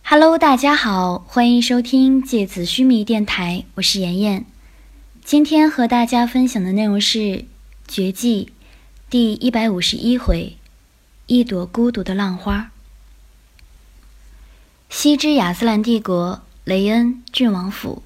Hello， 大家好，欢迎收听芥子须弥电台，我是妍妍。今天和大家分享的内容是《绝技》第151回，一朵孤独的浪花。西之亚斯兰帝国雷恩郡王府，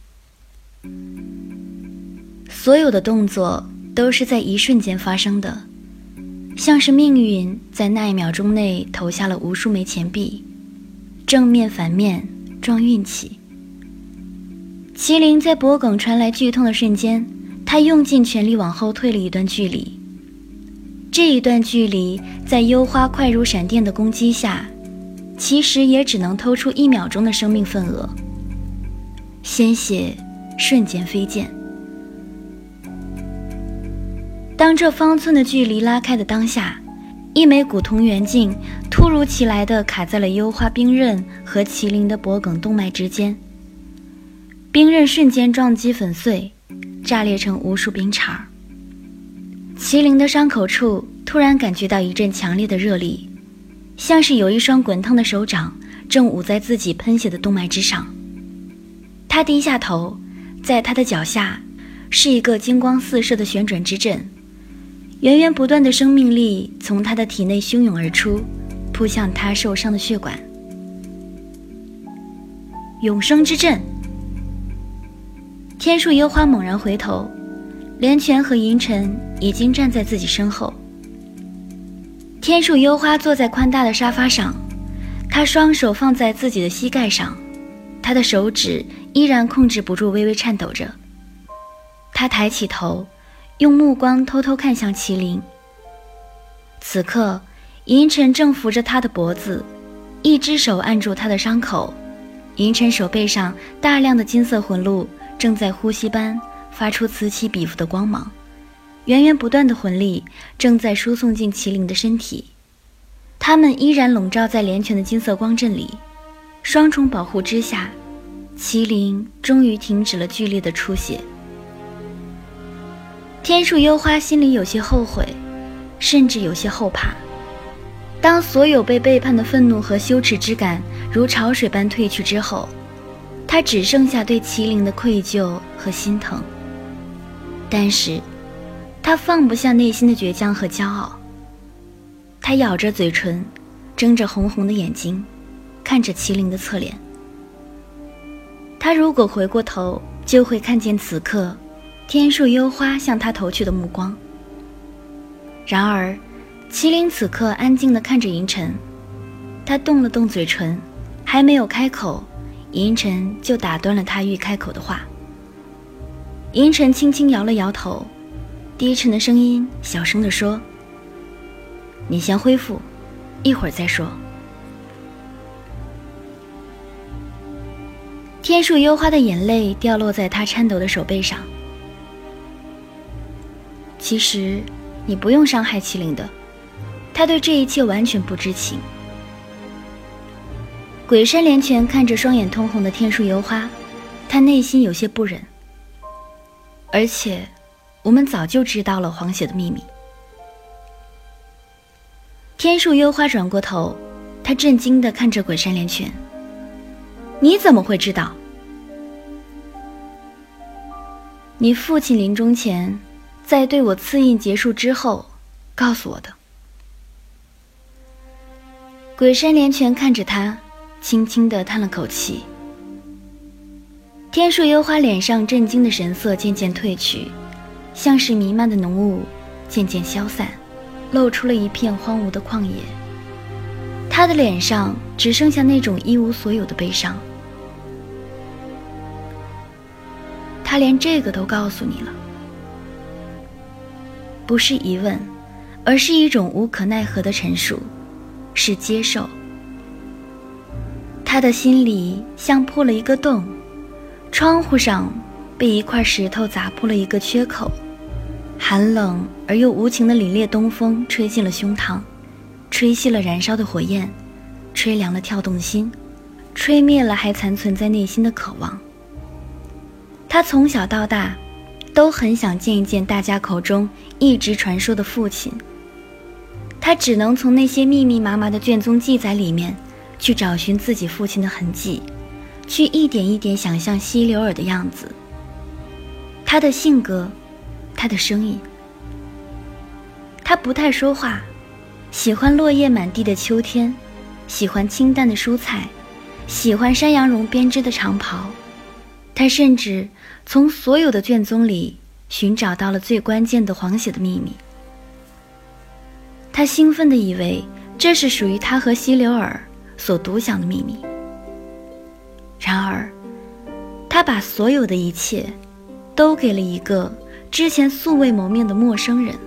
所有的动作都是在一瞬间发生的，像是命运在那一秒钟内投下了无数枚钱币，正面反面撞运气。麒麟在脖颈传来剧痛的瞬间，他用尽全力往后退了一段距离。这一段距离在幽花快如闪电的攻击下，其实也只能偷出1秒钟的生命份额，鲜血瞬间飞溅。当这方寸的距离拉开的当下，一枚古铜圆镜突如其来地卡在了幽花冰刃和麒麟的脖颈动脉之间，冰刃瞬间撞击粉碎，炸裂成无数冰碴。麒麟的伤口处突然感觉到一阵强烈的热力，像是有一双滚烫的手掌正捂在自己喷血的动脉之上。他低下头，在他的脚下是一个金光四射的旋转之阵，源源不断的生命力从他的体内汹涌而出，扑向他受伤的血管。永生之阵！天树幽花猛然回头，连泉和银尘已经站在自己身后。天树幽花坐在宽大的沙发上，他双手放在自己的膝盖上，他的手指依然控制不住微微颤抖着。他抬起头，用目光偷偷看向麒麟。此刻银尘正扶着他的脖子，一只手按住他的伤口，银尘手背上大量的金色魂露正在呼吸般发出此起彼伏的光芒，源源不断的魂力正在输送进麒麟的身体。他们依然笼罩在连泉的金色光阵里，双重保护之下，麒麟终于停止了剧烈的出血。天树幽花心里有些后悔，甚至有些后怕。当所有被背叛的愤怒和羞耻之感如潮水般退去之后，他只剩下对麒麟的愧疚和心疼。但是他放不下内心的倔强和骄傲。他咬着嘴唇，睁着红红的眼睛，看着麒麟的侧脸。他如果回过头，就会看见此刻天树幽花向他投去的目光。然而麒麟此刻安静地看着银尘，他动了动嘴唇，还没有开口，银尘就打断了他欲开口的话。银尘轻轻摇了摇头，低沉的声音小声地说：“你先恢复，一会儿再说。”天树幽花的眼泪掉落在他颤抖的手背上。其实你不用伤害麒麟的，他对这一切完全不知情。鬼山连泉看着双眼通红的天树幽花，他内心有些不忍。而且我们早就知道了黄血的秘密。天树幽花转过头，他震惊地看着鬼山连泉：“你怎么会知道？”“你父亲临终前在对我刺印结束之后告诉我的。”鬼山连泉看着他，轻轻地叹了口气。天树幽花脸上震惊的神色渐渐褪去，像是弥漫的浓雾渐渐消散，露出了一片荒芜的旷野。他的脸上只剩下那种一无所有的悲伤。他连这个都告诉你了。不是疑问，而是一种无可奈何的陈述，是接受。他的心里像破了一个洞，窗户上被一块石头砸破了一个缺口，寒冷而又无情的凛冽东风吹进了胸膛，吹熄了燃烧的火焰，吹凉了跳动的心，吹灭了还残存在内心的渴望。他从小到大都很想见一见大家口中一直传说的父亲，他只能从那些密密麻麻的卷宗记载里面去找寻自己父亲的痕迹，去一点一点想象希留尔的样子，他的性格，他的声音。他不太说话，喜欢落叶满地的秋天，喜欢清淡的蔬菜，喜欢山羊绒编织的长袍。他甚至从所有的卷宗里寻找到了最关键的黄血的秘密。他兴奋地以为这是属于他和希留尔所独享的秘密。然而，他把所有的一切都给了一个之前素未谋面的陌生人。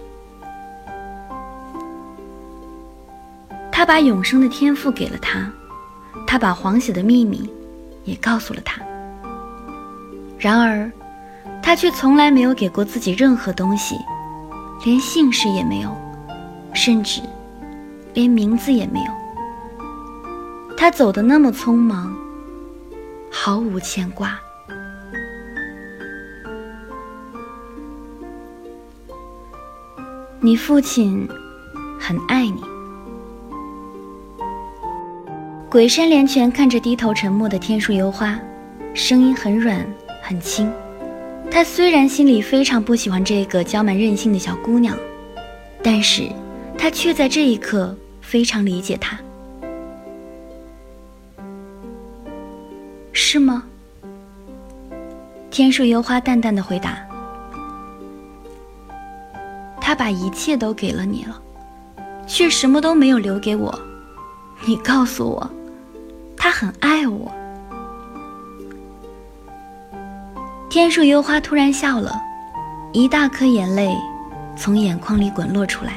他把永生的天赋给了他，他把黄血的秘密也告诉了他。然而，他却从来没有给过自己任何东西，连姓氏也没有，甚至连名字也没有。他走得那么匆忙，毫无牵挂。你父亲很爱你。鬼山连泉看着低头沉默的天树幽花，声音很软很轻。他虽然心里非常不喜欢这个娇蛮任性的小姑娘，但是他却在这一刻非常理解她。是吗？天树幽花淡淡的回答。他把一切都给了你了，却什么都没有留给我。你告诉我，他很爱我。天树幽花突然笑了，一大颗眼泪从眼眶里滚落出来。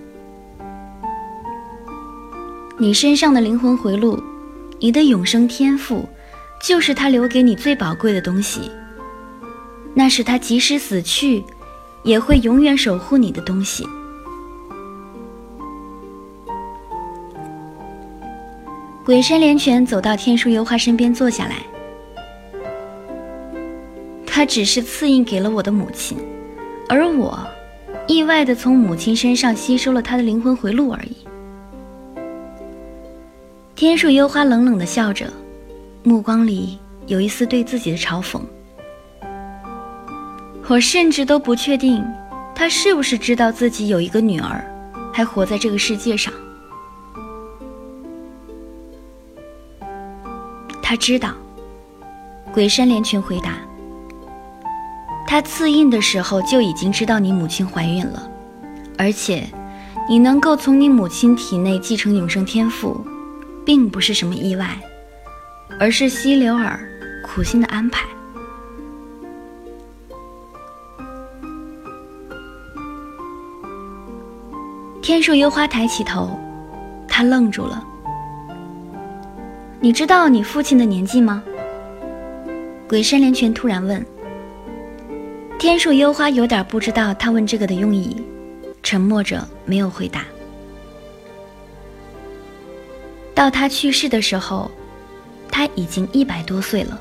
你身上的灵魂回路，你的永生天赋，就是他留给你最宝贵的东西。那是他即使死去，也会永远守护你的东西。鬼山连泉走到天树幽花身边坐下来。他只是赐印给了我的母亲，而我意外地从母亲身上吸收了她的灵魂回路而已。天树幽花冷冷地笑着，目光里有一丝对自己的嘲讽。我甚至都不确定他是不是知道自己有一个女儿，还活在这个世界上。他知道，鬼山连泉回答。他赐印的时候就已经知道你母亲怀孕了，而且你能够从你母亲体内继承永生天赋，并不是什么意外，而是希留尔苦心的安排。天树幽花抬起头，他愣住了。你知道你父亲的年纪吗？鬼山连泉突然问。天树幽花有点不知道他问这个的用意，沉默着没有回答。到他去世的时候，他已经100多岁了。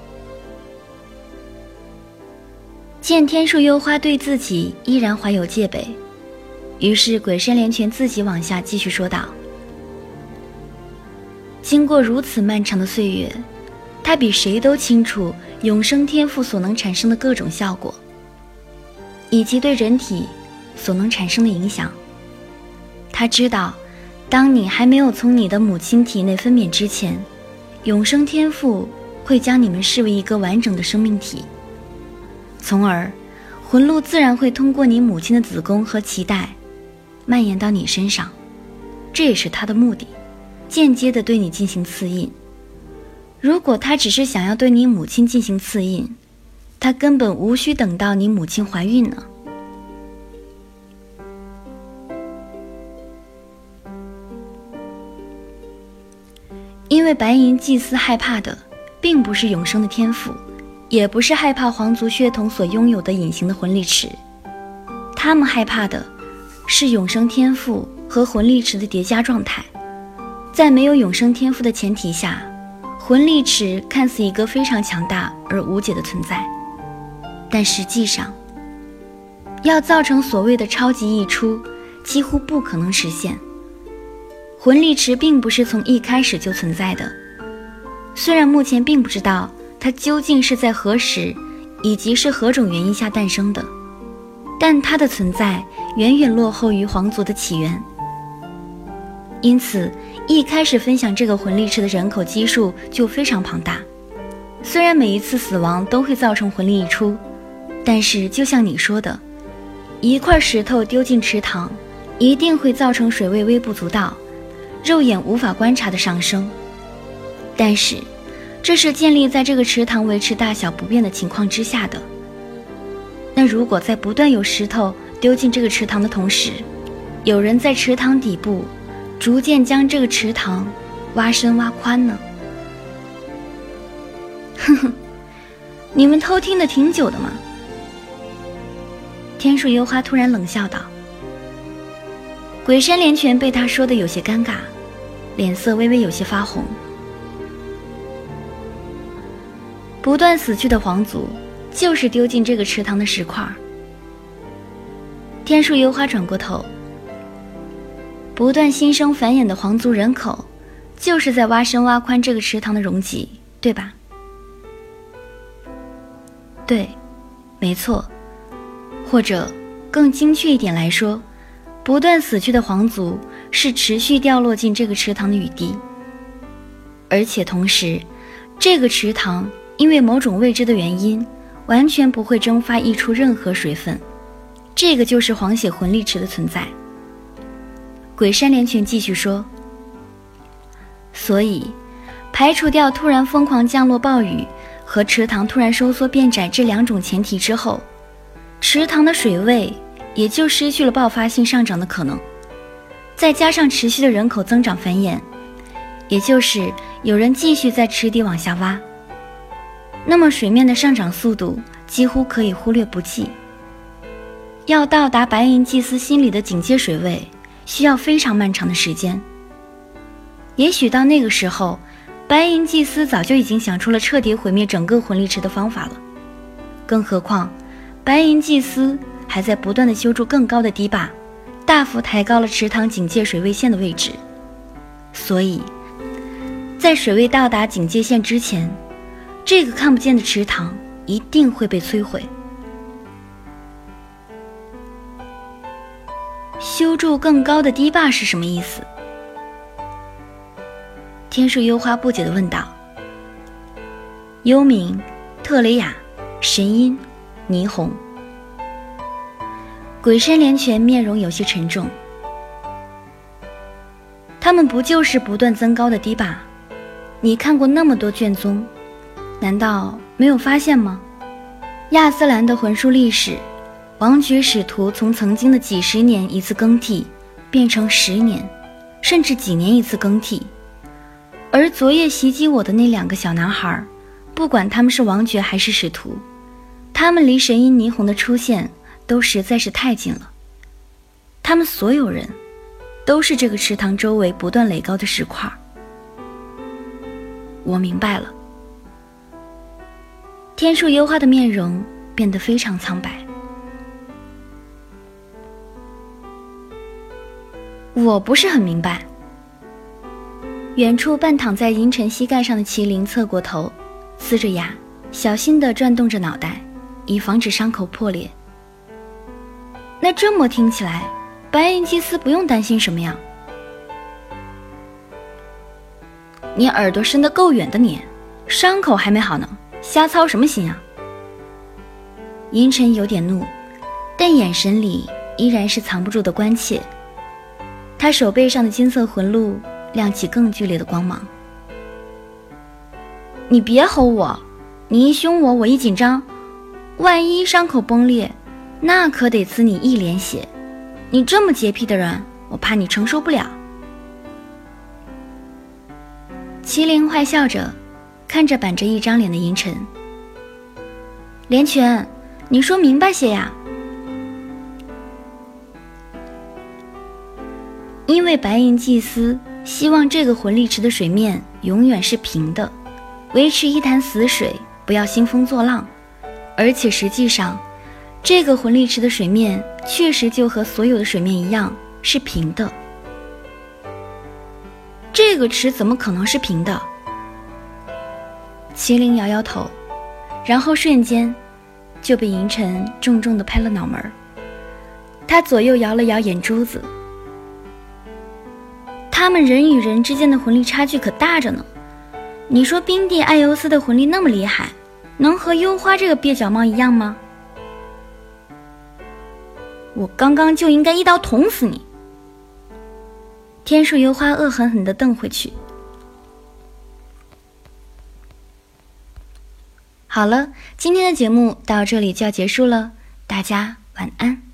见天树幽花对自己依然怀有戒备，于是鬼山连泉自己往下继续说道。经过如此漫长的岁月，他比谁都清楚永生天赋所能产生的各种效果，以及对人体所能产生的影响。他知道，当你还没有从你的母亲体内分娩之前，永生天赋会将你们视为一个完整的生命体，从而魂路自然会通过你母亲的子宫和脐带蔓延到你身上，这也是他的目的，间接地对你进行刺印。如果他只是想要对你母亲进行刺印，他根本无需等到你母亲怀孕呢。因为白银祭司害怕的并不是永生的天赋，也不是害怕皇族血统所拥有的隐形的魂力池，他们害怕的是永生天赋和魂力池的叠加状态。在没有永生天赋的前提下，魂力池看似一个非常强大而无解的存在，但实际上要造成所谓的超级溢出几乎不可能实现。 魂力池并不是从一开始就存在的，虽然目前并不知道它究竟是在何时以及是何种原因下诞生的，但它的存在远远落后于皇族的起源。因此一开始分享这个魂力池的人口基数就非常庞大。虽然每一次死亡都会造成魂力溢出，但是就像你说的，一块石头丢进池塘一定会造成水位微不足道，肉眼无法观察的上升，但是这是建立在这个池塘维持大小不变的情况之下的。那如果在不断有石头丢进这个池塘的同时，有人在池塘底部逐渐将这个池塘挖深挖宽呢？哼哼，你们偷听得挺久的嘛。天树幽花突然冷笑道。鬼山连泉被他说得有些尴尬，脸色微微有些发红。不断死去的皇族就是丢进这个池塘的石块。天树幽花转过头，不断新生繁衍的皇族人口就是在挖深挖宽这个池塘的容积，对吧？对，没错。或者更精确一点来说，不断死去的皇族是持续掉落进这个池塘的雨滴，而且同时这个池塘因为某种未知的原因完全不会蒸发溢出任何水分，这个就是黄血魂力池的存在。鬼山连泉继续说，所以排除掉突然疯狂降落暴雨和池塘突然收缩变窄这两种前提之后，池塘的水位也就失去了爆发性上涨的可能，再加上持续的人口增长繁衍，也就是有人继续在池底往下挖，那么水面的上涨速度几乎可以忽略不计。要到达白银祭司心里的警戒水位需要非常漫长的时间，也许到那个时候白银祭司早就已经想出了彻底毁灭整个魂力池的方法了，更何况白银祭司还在不断地修筑更高的堤坝，大幅抬高了池塘警戒水位线的位置，所以在水位到达警戒线之前，这个看不见的池塘一定会被摧毁。修筑更高的堤坝是什么意思？天树幽花不解地问道。幽冥、特雷雅、神音、霓虹。鬼山连泉面容有些沉重。他们不就是不断增高的堤坝？你看过那么多卷宗，难道没有发现吗？亚斯兰的魂术历史，王爵使徒从曾经的几十年一次更替变成10年甚至几年一次更替，而昨夜袭击我的那2个小男孩，不管他们是王爵还是使徒，他们离神音霓虹的出现都实在是太近了。他们所有人都是这个池塘周围不断垒高的石块。我明白了。天树幽花的面容变得非常苍白。我不是很明白。远处半躺在银尘膝盖上的麒麟侧过头，呲着牙，小心地转动着脑袋，以防止伤口破裂。那这么听起来，白银祭司不用担心什么呀？你耳朵伸得够远的你，伤口还没好呢，瞎操什么心啊？银尘有点怒，但眼神里依然是藏不住的关切。他手背上的金色魂鹿亮起更剧烈的光芒。你别吼我，你一凶我，我一紧张，万一伤口崩裂，那可得呲你一脸血。你这么洁癖的人，我怕你承受不了。麒麟坏笑着看着板着一张脸的银尘。连泉，你说明白些呀。因为白银祭司希望这个魂力池的水面永远是平的，维持一潭死水，不要兴风作浪。而且实际上，这个魂力池的水面确实就和所有的水面一样是平的。 这个池怎么可能是平的？麒麟摇摇头，然后瞬间就被银尘重重地拍了脑门。他左右摇了摇眼珠子，他们人与人之间的魂力差距可大着呢。你说冰帝艾尤斯的魂力那么厉害，能和幽花这个蹩脚猫一样吗？我刚刚就应该一刀捅死你！天树幽花恶狠狠地瞪回去。好了，今天的节目到这里就要结束了，大家晚安。